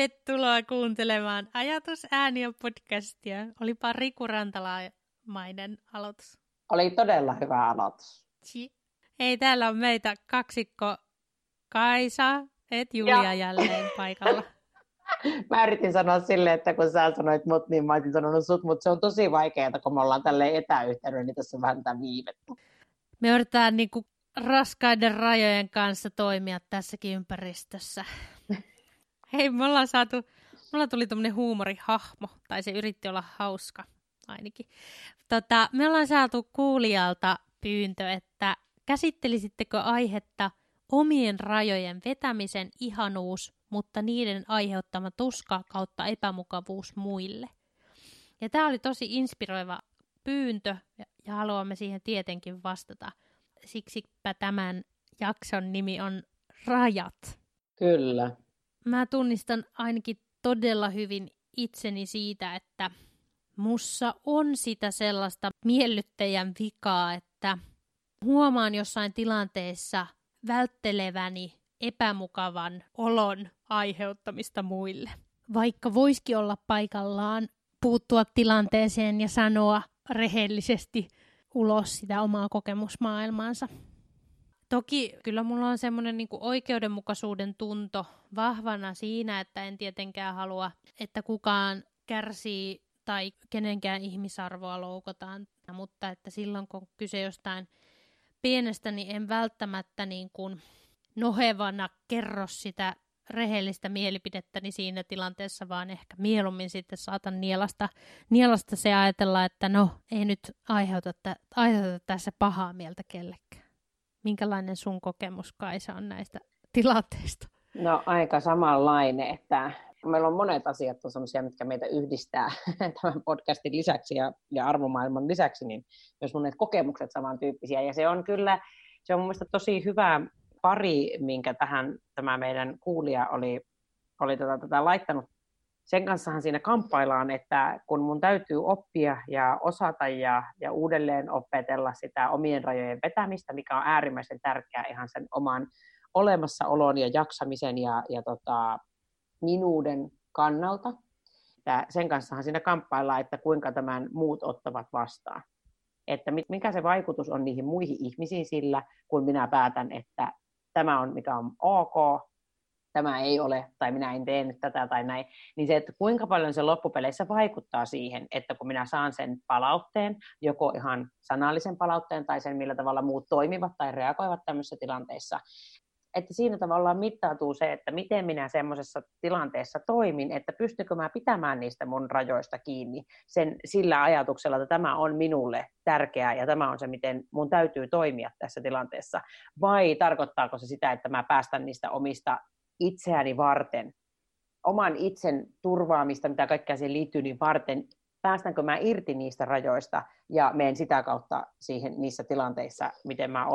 Tervetuloa kuuntelemaan Ajatusääniö-podcastia. Olipa Riku Rantala-mainen aloitus. Oli todella hyvä aloitus. Hei, täällä on meitä kaksikko Kaisa, Julia jälleen paikalla. Mä yritin sanoa silleen, että kun sä sanoit mut, niin mä olisin sanonut sut, mutta se on tosi vaikeaa, kun me ollaan tälleen etäyhteydellä, niin tässä on vähän tämä viivettä. Me yritetään niinku raskaiden rajojen kanssa toimia tässäkin ympäristössä. Hei, mulla tuli tommonen huumorihahmo, tai se yritti olla hauska ainakin. Me ollaan saatu kuulijalta pyyntö, että käsittelisittekö aihetta omien rajojen vetämisen ihanuus, mutta niiden aiheuttama tuska kautta epämukavuus muille. Ja tämä oli tosi inspiroiva pyyntö, ja haluamme siihen tietenkin vastata. Siksipä tämän jakson nimi on Rajat. Kyllä. Mä tunnistan ainakin todella hyvin itseni siitä, että mussa on sitä sellaista miellyttäjän vikaa, että huomaan jossain tilanteessa vältteleväni epämukavan olon aiheuttamista muille. Vaikka voisikin olla paikallaan puuttua tilanteeseen ja sanoa rehellisesti ulos sitä omaa kokemusmaailmaansa. Toki kyllä mulla on semmoinen niin kuin oikeudenmukaisuuden tunto vahvana siinä, että en tietenkään halua, että kukaan kärsii tai kenenkään ihmisarvoa loukataan, mutta että silloin kun on kyse jostain pienestä, niin en välttämättä niin kuin nohevana kerro sitä rehellistä mielipidettäni siinä tilanteessa, vaan ehkä mieluummin sitten saatan nielasta se ajatella, että no ei nyt aiheuta tässä pahaa mieltä kellekään. Minkälainen sun kokemus, Kaisa, on näistä tilanteista? No aika samanlainen, että meillä on monet asiat on sellaisia, mitkä meitä yhdistää tämän podcastin lisäksi ja arvomaailman lisäksi, niin myös monet kokemukset samantyyppisiä. Ja se on mun mielestä tosi hyvä pari, minkä tähän tämä meidän kuulija oli tätä laittanut. Sen kanssahan siinä kamppaillaan, että kun mun täytyy oppia ja osata ja uudelleen opetella sitä omien rajojen vetämistä, mikä on äärimmäisen tärkeää ihan sen oman olemassaolon ja jaksamisen ja minuuden kannalta. Ja sen kanssahan siinä kamppaillaan, että kuinka tämän muut ottavat vastaan. Että mikä se vaikutus on niihin muihin ihmisiin sillä, kun minä päätän, että tämä on mikä on ok, tämä ei ole, tai minä en tee nyt tätä tai näin, niin se, että kuinka paljon se loppupeleissä vaikuttaa siihen, että kun minä saan sen palautteen, joko ihan sanallisen palautteen tai sen, millä tavalla muut toimivat tai reagoivat tämmöisissä tilanteissa, että siinä tavallaan mittautuu se, että miten minä semmoisessa tilanteessa toimin, että pystykö mä pitämään niistä mun rajoista kiinni sillä ajatuksella, että tämä on minulle tärkeää ja tämä on se, miten mun täytyy toimia tässä tilanteessa, vai tarkoittaako se sitä, että mä päästän niistä omista itseäni varten, oman itsen turvaamista, mitä kaikkea siihen liittyy, niin varten, päästänkö mä irti niistä rajoista ja menen sitä kautta niissä tilanteissa, miten mä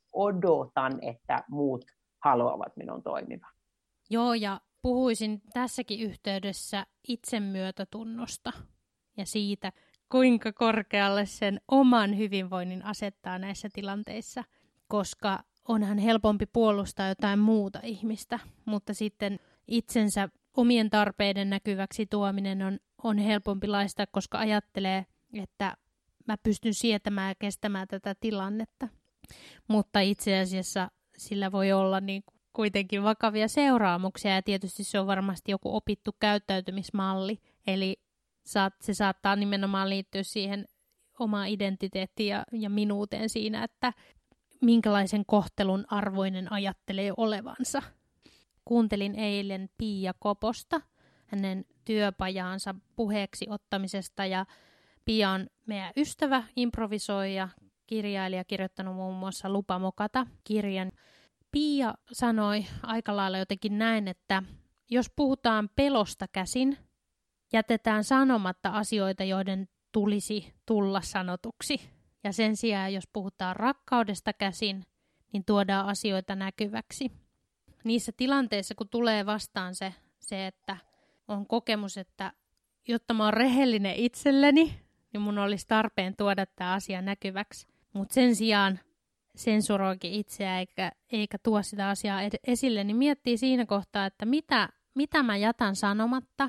odotan, että muut haluavat minun toimivan. Joo, ja puhuisin tässäkin yhteydessä itsemyötätunnosta ja siitä, kuinka korkealle sen oman hyvinvoinnin asettaa näissä tilanteissa, koska onhan helpompi puolustaa jotain muuta ihmistä, mutta sitten itsensä omien tarpeiden näkyväksi tuominen on helpompi laistaa, koska ajattelee, että mä pystyn sietämään ja kestämään tätä tilannetta. Mutta itse asiassa sillä voi olla niin kuitenkin vakavia seuraamuksia, ja tietysti se on varmasti joku opittu käyttäytymismalli, eli se saattaa nimenomaan liittyä siihen omaan identiteettiin ja minuuteen siinä, että minkälaisen kohtelun arvoinen ajattelee olevansa. Kuuntelin eilen Pia Koposta, hänen työpajaansa puheeksi ottamisesta, ja Pia on meidän ystävä, improvisoija, kirjailija, kirjoittanut muun muassa Lupa mokata -kirjan. Pia sanoi aika lailla jotenkin näin, että jos puhutaan pelosta käsin, jätetään sanomatta asioita, joiden tulisi tulla sanotuksi. Ja sen sijaan, jos puhutaan rakkaudesta käsin, niin tuodaan asioita näkyväksi. Niissä tilanteissa, kun tulee vastaan se, että on kokemus, että jotta mä oon rehellinen itselleni, niin mun olisi tarpeen tuoda tämä asia näkyväksi. Mutta sen sijaan sensuroikin itseä eikä tuo sitä asiaa esille, niin miettii siinä kohtaa, että mitä mitä mä jätän sanomatta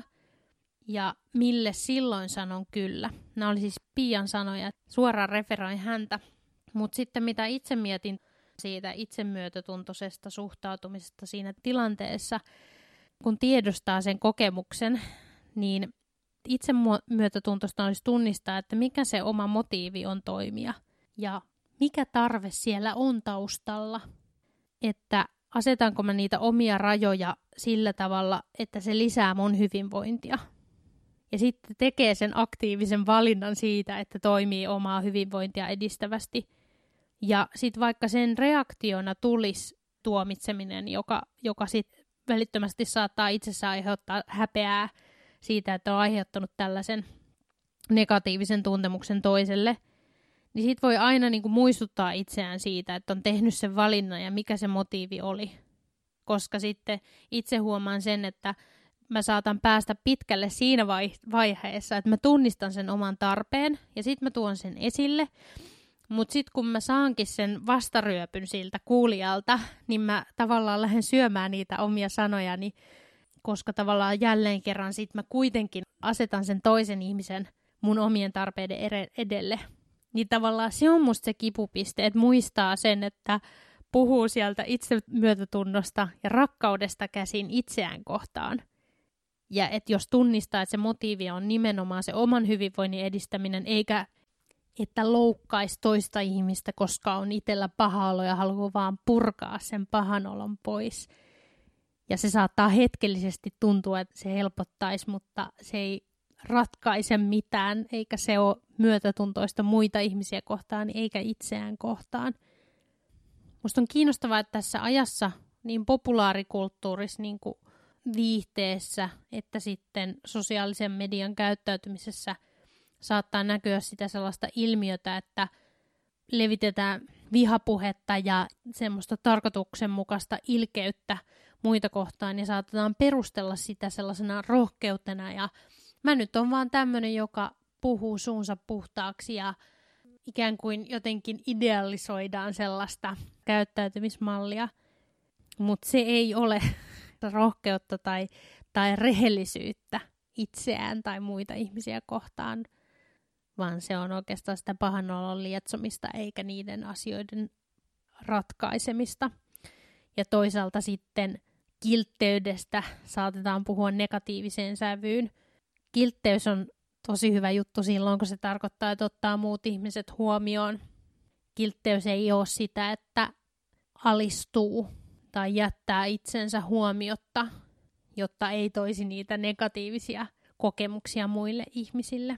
ja mille silloin sanon kyllä. Nämä oli siis Pian sanoja, suoraan referoin häntä. Mutta sitten mitä itse mietin siitä itsemyötätuntoisesta suhtautumisesta siinä tilanteessa, kun tiedostaa sen kokemuksen, niin itsemyötätuntoista olisi tunnistaa, että mikä se oma motiivi on toimia ja mikä tarve siellä on taustalla, että asetanko mä niitä omia rajoja sillä tavalla, että se lisää mun hyvinvointia. Ja sitten tekee sen aktiivisen valinnan siitä, että toimii omaa hyvinvointia edistävästi. Ja sitten vaikka sen reaktiona tulisi tuomitseminen, joka sitten välittömästi saattaa itsessään aiheuttaa häpeää siitä, että on aiheuttanut tällaisen negatiivisen tuntemuksen toiselle, niin sit voi aina niin kuin muistuttaa itseään siitä, että on tehnyt sen valinnan ja mikä se motiivi oli. Koska sitten itse huomaan sen, että mä saatan päästä pitkälle siinä vaiheessa, että mä tunnistan sen oman tarpeen ja sitten mä tuon sen esille. Mutta sitten kun mä saankin sen vastaryöpyn siltä kuulijalta, niin mä tavallaan lähden syömään niitä omia sanojani, koska tavallaan jälleen kerran sit mä kuitenkin asetan sen toisen ihmisen mun omien tarpeiden edelle. Niin tavallaan se on musta se kipupiste, että muistaa sen, että puhuu sieltä itsemyötätunnosta ja rakkaudesta käsin itseään kohtaan. Ja että jos tunnistaa, että se motiivi on nimenomaan se oman hyvinvoinnin edistäminen, eikä että loukkaisi toista ihmistä, koska on itsellä paha olo ja haluaa vaan purkaa sen pahan olon pois. Ja se saattaa hetkellisesti tuntua, että se helpottaisi, mutta se ei ratkaise mitään, eikä se ole myötätuntoista muita ihmisiä kohtaan, eikä itseään kohtaan. Musta on kiinnostavaa, että tässä ajassa niin populaarikulttuurissa, niin kuin viihteessä, että sitten sosiaalisen median käyttäytymisessä saattaa näkyä sitä sellaista ilmiötä, että levitetään vihapuhetta ja semmoista tarkoituksenmukaista ilkeyttä muita kohtaan ja saatetaan perustella sitä sellaisena rohkeutena. Ja mä nyt on vaan tämmöinen, joka puhuu suunsa puhtaaksi ja ikään kuin jotenkin idealisoidaan sellaista käyttäytymismallia, mutta se ei ole rohkeutta tai rehellisyyttä itseään tai muita ihmisiä kohtaan, vaan se on oikeastaan sitä pahan olon lietsomista eikä niiden asioiden ratkaisemista. Ja toisaalta sitten kiltteydestä saatetaan puhua negatiiviseen sävyyn. Kiltteys on tosi hyvä juttu silloin, kun se tarkoittaa, että ottaa muut ihmiset huomioon. Kiltteys ei ole sitä, että alistuu tai jättää itsensä huomiotta, jotta ei toisi niitä negatiivisia kokemuksia muille ihmisille.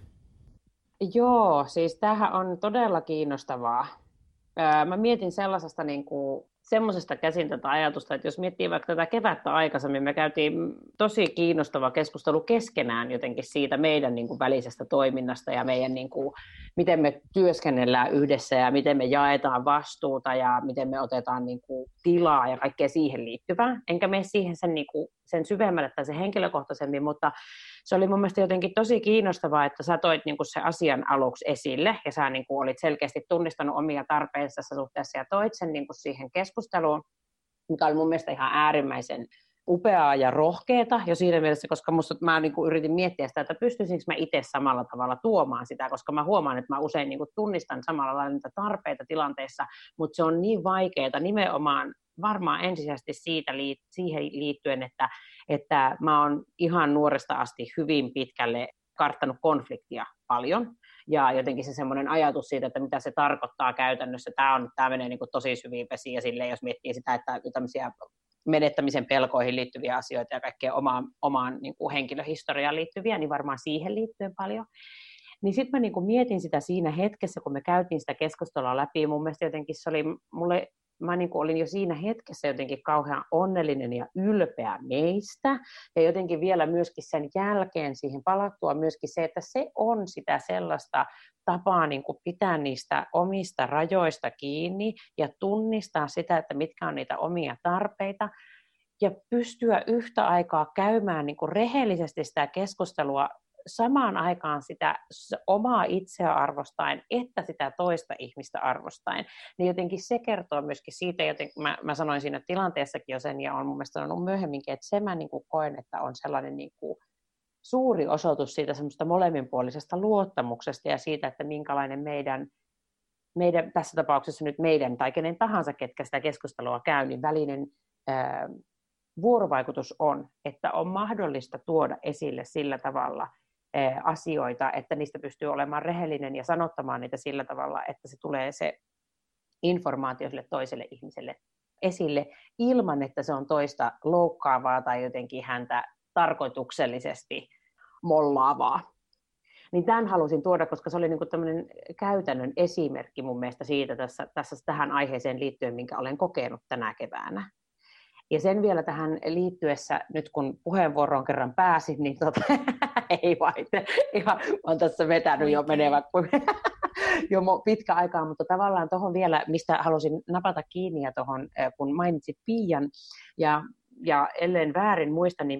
Joo, siis tämähän on todella kiinnostavaa. Mä mietin sellaisesta semmoisesta käsin tätä ajatusta, että jos miettii vaikka tätä kevättä aikaisemmin, me käytiin tosi kiinnostava keskustelu keskenään jotenkin siitä meidän välisestä toiminnasta ja meidän, miten me työskennellään yhdessä ja miten me jaetaan vastuuta ja miten me otetaan tilaa ja kaikkea siihen liittyvää. Enkä mene siihen sen syvemmälle tai sen henkilökohtaisemmin, mutta se oli mun mielestä jotenkin tosi kiinnostavaa, että sä toit se asian aluksi esille ja sä olit selkeästi tunnistanut omia tarpeissa suhteessa ja toit sen siihen keskusteluun, mikä oli mun mielestä ihan äärimmäisen upeaa ja rohkeata jo siinä mielessä, koska mä yritin miettiä sitä, että pystyisinkö mä itse samalla tavalla tuomaan sitä, koska mä huomaan, että mä usein tunnistan samalla lailla niitä tarpeita tilanteessa, mutta se on niin vaikeaa nimenomaan varmaan ensisijaisesti siihen liittyen, että mä oon ihan nuoresta asti hyvin pitkälle karttanut konfliktia paljon. Ja jotenkin se semmoinen ajatus siitä, että mitä se tarkoittaa käytännössä, tämä menee tosi syviin vesiin ja silleen, jos miettii sitä, että tämmöisiä menettämisen pelkoihin liittyviä asioita ja kaikkea omaan henkilöhistoriaan liittyviä, niin varmaan siihen liittyen paljon. Niin sitten mä mietin sitä siinä hetkessä, kun me käytiin sitä keskustelua läpi. Mun mielestä jotenkin se oli mulle, mä olin jo siinä hetkessä jotenkin kauhean onnellinen ja ylpeä meistä. Ja jotenkin vielä myöskin sen jälkeen siihen palattua myöskin se, että se on sitä sellaista tapaa pitää niistä omista rajoista kiinni ja tunnistaa sitä, että mitkä on niitä omia tarpeita. Ja pystyä yhtä aikaa käymään rehellisesti sitä keskustelua samaan aikaan sitä omaa itseä arvostaen, että sitä toista ihmistä arvostaen, niin jotenkin se kertoo myöskin siitä, joten mä sanoin siinä tilanteessakin jo sen, ja on mun mielestä sanonut myöhemminkin, että se mä niin kuin koen, että on sellainen niin kuin suuri osoitus siitä semmoista molemminpuolisesta luottamuksesta ja siitä, että minkälainen meidän tässä tapauksessa nyt meidän tai kenen tahansa, ketkä sitä keskustelua käy, niin välinen vuorovaikutus on, että on mahdollista tuoda esille sillä tavalla asioita, että niistä pystyy olemaan rehellinen ja sanottamaan niitä sillä tavalla, että se tulee se informaatio sille toiselle ihmiselle esille ilman, että se on toista loukkaavaa tai jotenkin häntä tarkoituksellisesti mollaavaa. Niin tämän halusin tuoda, koska se oli niin kuin tämmöinen käytännön esimerkki mun mielestä siitä tässä tähän aiheeseen liittyen, minkä olen kokenut tänä keväänä. Ja sen vielä tähän liittyessä, nyt kun puheenvuoroon kerran pääsin, niin ei vaite, ihan olen tässä vetänyt jo menevä jo pitkä aikaa, mutta tavallaan tuohon vielä, mistä halusin napata kiinni ja tuohon, kun mainitsit Piian, ja ellen väärin muista, niin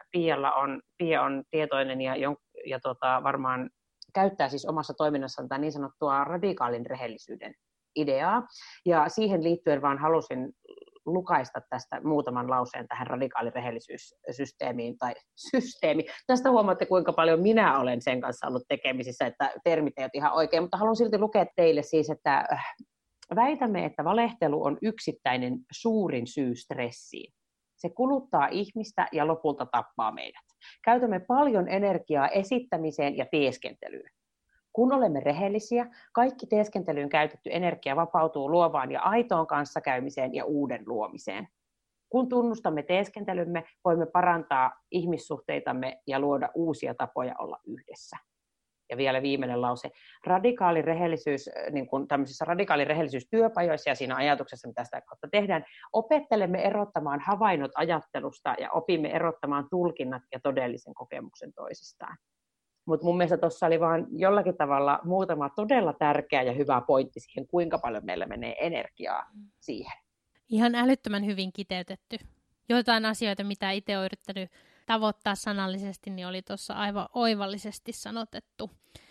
Pia on tietoinen ja varmaan käyttää siis omassa toiminnassaan tämä niin sanottua radikaalin rehellisyyden ideaa, ja siihen liittyen vaan halusin lukaista tästä muutaman lauseen tähän radikaalirehellisyyssysteemiin tai systeemi. Tästä huomaatte, kuinka paljon minä olen sen kanssa ollut tekemisissä, että termit eivät ihan oikein, mutta haluan silti lukea teille siis, että väitämme, että valehtelu on yksittäinen suurin syy stressiin. Se kuluttaa ihmistä ja lopulta tappaa meidät. Käytämme paljon energiaa esittämiseen ja teeskentelyyn. Kun olemme rehellisiä, kaikki teeskentelyyn käytetty energia vapautuu luovaan ja aitoon kanssakäymiseen ja uuden luomiseen. Kun tunnustamme teeskentelymme, voimme parantaa ihmissuhteitamme ja luoda uusia tapoja olla yhdessä. Ja vielä viimeinen lause. Radikaalirehellisyys, niin kuin tämmöisissä radikaalirehellisyystyöpajoissa ja siinä ajatuksessa, mitä sitä kautta tehdään, opettelemme erottamaan havainnot ajattelusta ja opimme erottamaan tulkinnat ja todellisen kokemuksen toisistaan. Mutta mun mielestä tuossa oli vaan jollakin tavalla muutama todella tärkeä ja hyvä pointti siihen, kuinka paljon meillä menee energiaa siihen. Ihan älyttömän hyvin kiteytetty. Joitain asioita, mitä itse olen yrittänyt tavoittaa sanallisesti, niin oli tuossa aivan oivallisesti sanotettu.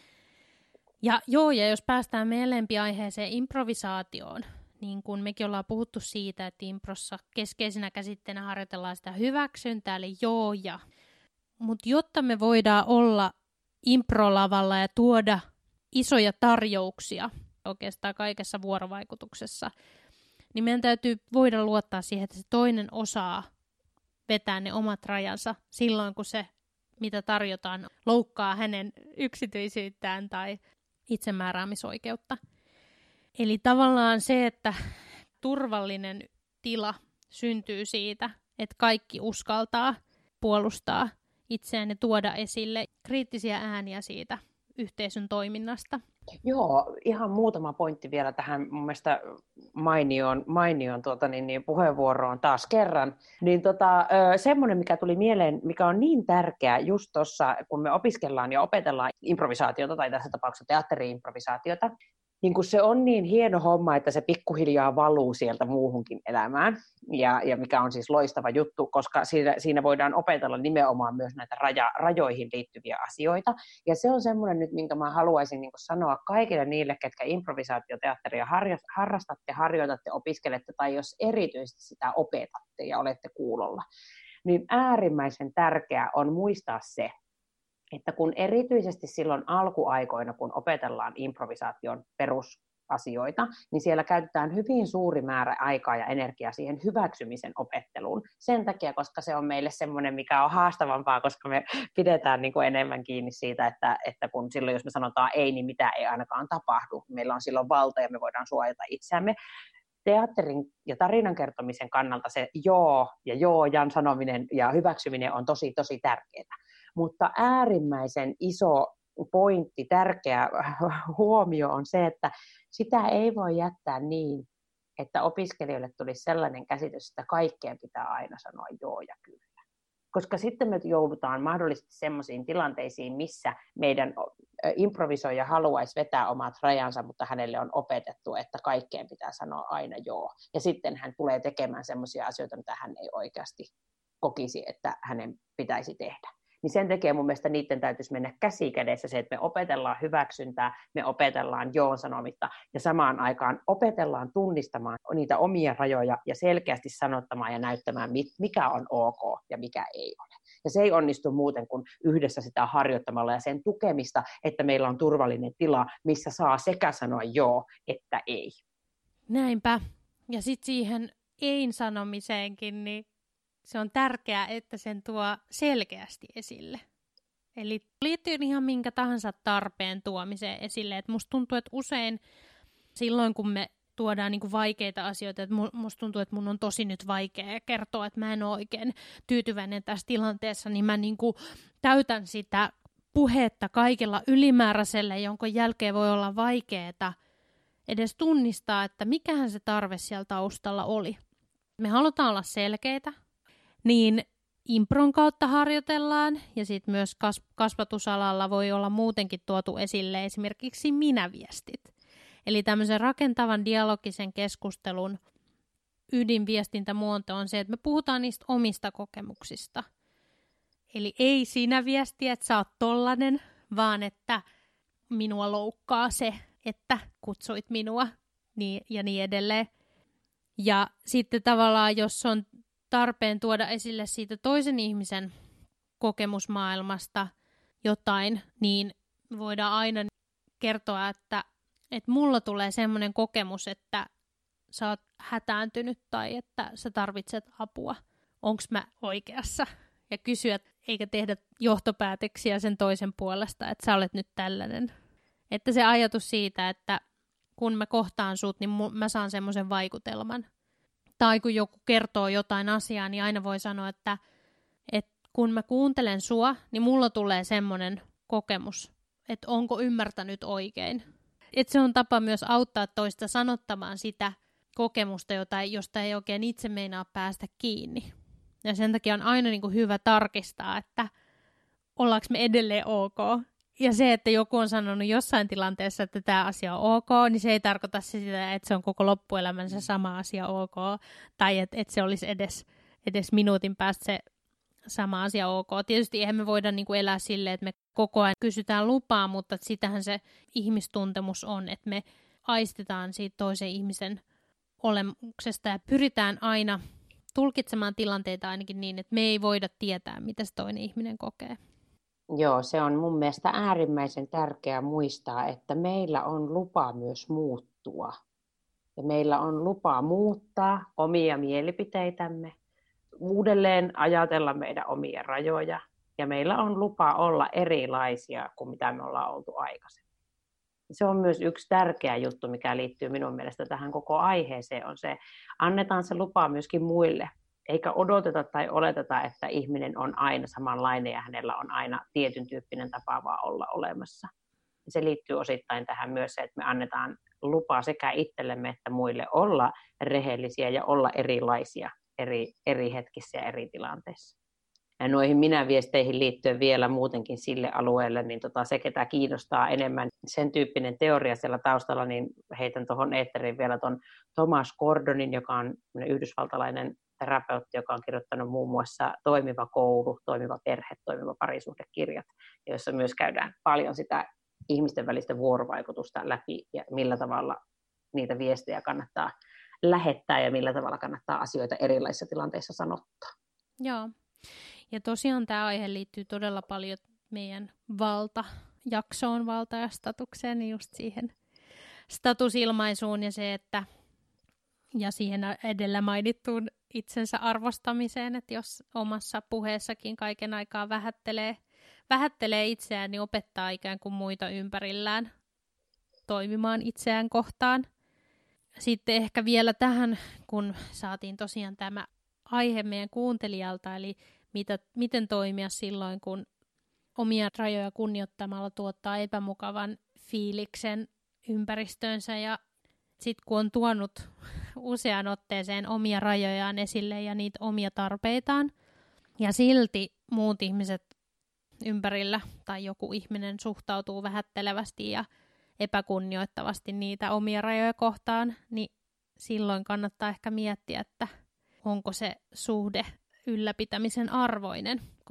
Ja jos päästään meidän lempiaiheeseen improvisaatioon, niin kun mekin ollaan puhuttu siitä, että improssa keskeisenä käsitteenä harjoitellaan sitä hyväksyntää, eli ja. Mutta jotta me voidaan olla improlavalla ja tuoda isoja tarjouksia oikeastaan kaikessa vuorovaikutuksessa, niin meidän täytyy voida luottaa siihen, että se toinen osaa vetää ne omat rajansa silloin, kun se, mitä tarjotaan, loukkaa hänen yksityisyyttään tai itsemääräämisoikeutta. Eli tavallaan se, että turvallinen tila syntyy siitä, että kaikki uskaltaa puolustaa itseään ja tuoda esille kriittisiä ääniä siitä yhteisön toiminnasta. Joo, ihan muutama pointti vielä tähän mun mielestä mainion puheenvuoroon taas kerran. Niin semmoinen, mikä tuli mieleen, mikä on niin tärkeää just tuossa, kun me opiskellaan ja opetellaan improvisaatiota, tai tässä tapauksessa teatteri-improvisaatiota, niin kun se on niin hieno homma, että se pikkuhiljaa valuu sieltä muuhunkin elämään, ja mikä on siis loistava juttu, koska siinä voidaan opetella nimenomaan myös näitä rajoihin liittyviä asioita. Ja se on semmoinen nyt, minkä mä haluaisin niin sanoa kaikille niille, ketkä improvisaatioteatteria harrastatte, harjoitatte, opiskelette, tai jos erityisesti sitä opetatte ja olette kuulolla, niin äärimmäisen tärkeää on muistaa se, että kun erityisesti silloin alkuaikoina, kun opetellaan improvisaation perusasioita, niin siellä käytetään hyvin suuri määrä aikaa ja energiaa siihen hyväksymisen opetteluun. Sen takia, koska se on meille semmoinen, mikä on haastavampaa, koska me pidetään niin kuin enemmän kiinni siitä, että kun silloin, jos me sanotaan ei, niin mitä ei ainakaan tapahdu. Meillä on silloin valta ja me voidaan suojata itseämme. Teatterin ja tarinan kertomisen kannalta se Jan sanominen ja hyväksyminen on tosi, tosi tärkeää. Mutta äärimmäisen iso pointti, tärkeä huomio on se, että sitä ei voi jättää niin, että opiskelijoille tulisi sellainen käsitys, että kaikkeen pitää aina sanoa joo ja kyllä. Koska sitten me joudutaan mahdollisesti sellaisiin tilanteisiin, missä meidän improvisoija haluaisi vetää omat rajansa, mutta hänelle on opetettu, että kaikkeen pitää sanoa aina joo. Ja sitten hän tulee tekemään sellaisia asioita, mitä hän ei oikeasti kokisi, että hänen pitäisi tehdä. niin sen takia mun mielestä niiden täytyisi mennä käsi kädessä se, että me opetellaan hyväksyntää, me opetellaan joon sanomista ja samaan aikaan opetellaan tunnistamaan niitä omia rajoja ja selkeästi sanottamaan ja näyttämään, mikä on ok ja mikä ei ole. Ja se ei onnistu muuten kuin yhdessä sitä harjoittamalla ja sen tukemista, että meillä on turvallinen tila, missä saa sekä sanoa joo että ei. Näinpä. Ja sitten siihen ei-sanomiseenkin, niin se on tärkeää, että sen tuo selkeästi esille. Eli liittyy ihan minkä tahansa tarpeen tuomiseen esille. Et musta tuntuu, että usein silloin, kun me tuodaan niinku vaikeita asioita, että musta tuntuu, että mun on tosi nyt vaikea kertoa, että mä en ole oikein tyytyväinen tässä tilanteessa, niin mä niinku täytän sitä puhetta kaikella ylimääräisellä, jonka jälkeen voi olla vaikeaa edes tunnistaa, että mikähän se tarve siellä taustalla oli. Me halutaan olla selkeitä, niin impron kautta harjoitellaan, ja sitten myös kasvatusalalla voi olla muutenkin tuotu esille esimerkiksi minäviestit. Eli tämmöisen rakentavan dialogisen keskustelun ydinviestintämuoto on se, että me puhutaan niistä omista kokemuksista. Eli ei sinä viestiä, että sä oot tollanen, vaan että minua loukkaa se, että kutsuit minua ja niin edelleen. Ja sitten tavallaan, jos on tarpeen tuoda esille siitä toisen ihmisen kokemusmaailmasta jotain, niin voidaan aina kertoa, että mulla tulee semmoinen kokemus, että sä oot hätääntynyt tai että sä tarvitset apua. Onks mä oikeassa? Ja kysyä, eikä tehdä johtopäätöksiä sen toisen puolesta, että sä olet nyt tällainen. Että se ajatus siitä, että kun mä kohtaan sut, niin mä saan semmoisen vaikutelman. Tai kun joku kertoo jotain asiaa, niin aina voi sanoa, että kun mä kuuntelen sua, niin mulla tulee semmoinen kokemus, että onko ymmärtänyt oikein. Että se on tapa myös auttaa toista sanottamaan sitä kokemusta, josta ei oikein itse meinaa päästä kiinni. Ja sen takia on aina niin kuin hyvä tarkistaa, että ollaanko me edelleen ok. Ja se, että joku on sanonut jossain tilanteessa, että tämä asia on ok, niin se ei tarkoita sitä, että se on koko loppuelämänsä sama asia ok. Tai että se olisi edes minuutin päästä se sama asia ok. Tietysti eihän me voida niin kuin elää silleen, että me koko ajan kysytään lupaa, mutta sitähän se ihmistuntemus on, että me aistetaan siitä toisen ihmisen olemuksesta ja pyritään aina tulkitsemaan tilanteita ainakin niin, että me ei voida tietää, mitä se toinen ihminen kokee. Joo, se on mun mielestä äärimmäisen tärkeää muistaa, että meillä on lupa myös muuttua. Ja meillä on lupa muuttaa omia mielipiteitämme, uudelleen ajatella meidän omia rajoja. Ja meillä on lupa olla erilaisia kuin mitä me ollaan oltu aikaisemmin. Se on myös yksi tärkeä juttu, mikä liittyy minun mielestä tähän koko aiheeseen, on se, annetaan se lupa myöskin muille. Eikä odoteta tai oleteta, että ihminen on aina samanlainen ja hänellä on aina tietyn tyyppinen tapa vaan olla olemassa. Se liittyy osittain tähän myös se, että me annetaan lupaa sekä itsellemme että muille olla rehellisiä ja olla erilaisia eri hetkissä ja eri tilanteissa. Ja noihin minäviesteihin liittyen vielä muutenkin sille alueelle, niin se, ketä kiinnostaa enemmän sen tyyppinen teoria siellä taustalla, niin heitän tuohon eetteriin vielä tuon Thomas Gordonin, joka on yhdysvaltalainen terapeutti, joka on kirjoittanut muun muassa Toimiva koulu, Toimiva perhe, Toimiva parisuhdekirjat, joissa myös käydään paljon sitä ihmisten välistä vuorovaikutusta läpi ja millä tavalla niitä viestejä kannattaa lähettää ja millä tavalla kannattaa asioita erilaisissa tilanteissa sanottaa. Joo. Ja tosiaan tämä aihe liittyy todella paljon meidän valtajaksoon, valta- ja statukseen, niin just siihen statusilmaisuun ja se, että ja siihen edellä mainittuun itsensä arvostamiseen, että jos omassa puheessakin kaiken aikaa vähättelee itseään, niin opettaa ikään kuin muita ympärillään toimimaan itseään kohtaan. Sitten ehkä vielä tähän, kun saatiin tosiaan tämä aihe meidän kuuntelijalta, eli miten toimia silloin, kun omia rajoja kunnioittamalla tuottaa epämukavan fiiliksen ympäristöönsä ja sitten kun on tuonut useaan otteeseen omia rajojaan esille ja niitä omia tarpeitaan, ja silti muut ihmiset ympärillä tai joku ihminen suhtautuu vähättelevästi ja epäkunnioittavasti niitä omia rajoja kohtaan, niin silloin kannattaa ehkä miettiä, että onko se suhde ylläpitämisen arvoinen,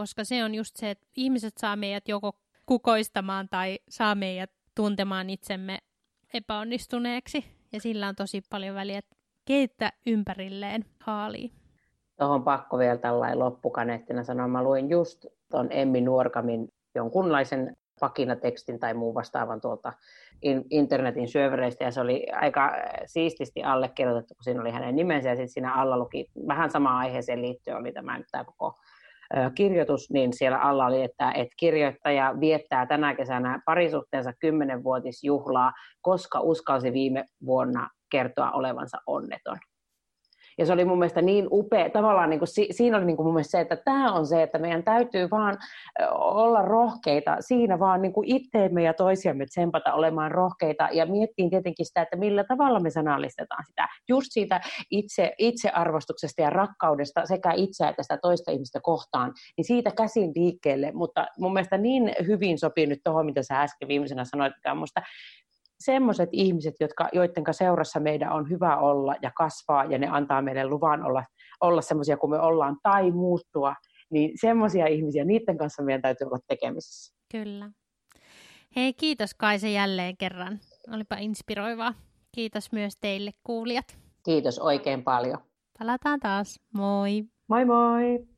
koska se on just se, että ihmiset saa meidät joko kukoistamaan tai saa meidät tuntemaan itsemme epäonnistuneeksi. Ja sillä on tosi paljon väliä, että keitä ympärilleen haalii. Tuohon pakko vielä tällainen loppukaneettina sanoa. Mä luin just tuon Emmi Nuorgamin jonkunlaisen pakinatekstin tai muun vastaavan tuolta internetin syövereistä, ja se oli aika siististi allekirjoitettu, kun siinä oli hänen nimensä, ja sitten siinä alla luki vähän samaan aiheeseen liittyen oli tämä koko kirjoitus, niin siellä alla oli, että kirjoittaja viettää tänä kesänä parisuhteensa 10-vuotisjuhlaa, koska uskalsi viime vuonna kertoa olevansa onneton. Ja se oli mun mielestä niin upea, tavallaan niin kuin, siinä oli niin kuin mun mielestä se, että tämä on se, että meidän täytyy vaan olla rohkeita siinä vaan niin kuin itteemme ja toisiamme tsempata olemaan rohkeita, ja miettiin tietenkin sitä, että millä tavalla me sanallistetaan sitä, just siitä itsearvostuksesta ja rakkaudesta sekä itseä että sitä toista ihmistä kohtaan, niin siitä käsin liikkeelle, mutta mun mielestä niin hyvin sopii nyt tuohon, mitä sä äsken viimeisenä sanoit, mikä on musta semmoiset ihmiset, joiden seurassa meidän on hyvä olla ja kasvaa, ja ne antaa meille luvan olla semmoisia kuin me ollaan tai muuttua, niin semmoisia ihmisiä, niiden kanssa meidän täytyy olla tekemisissä. Kyllä. Hei, kiitos Kaisa jälleen kerran. Olipa inspiroivaa. Kiitos myös teille kuulijat. Kiitos oikein paljon. Palataan taas. Moi. Moi moi.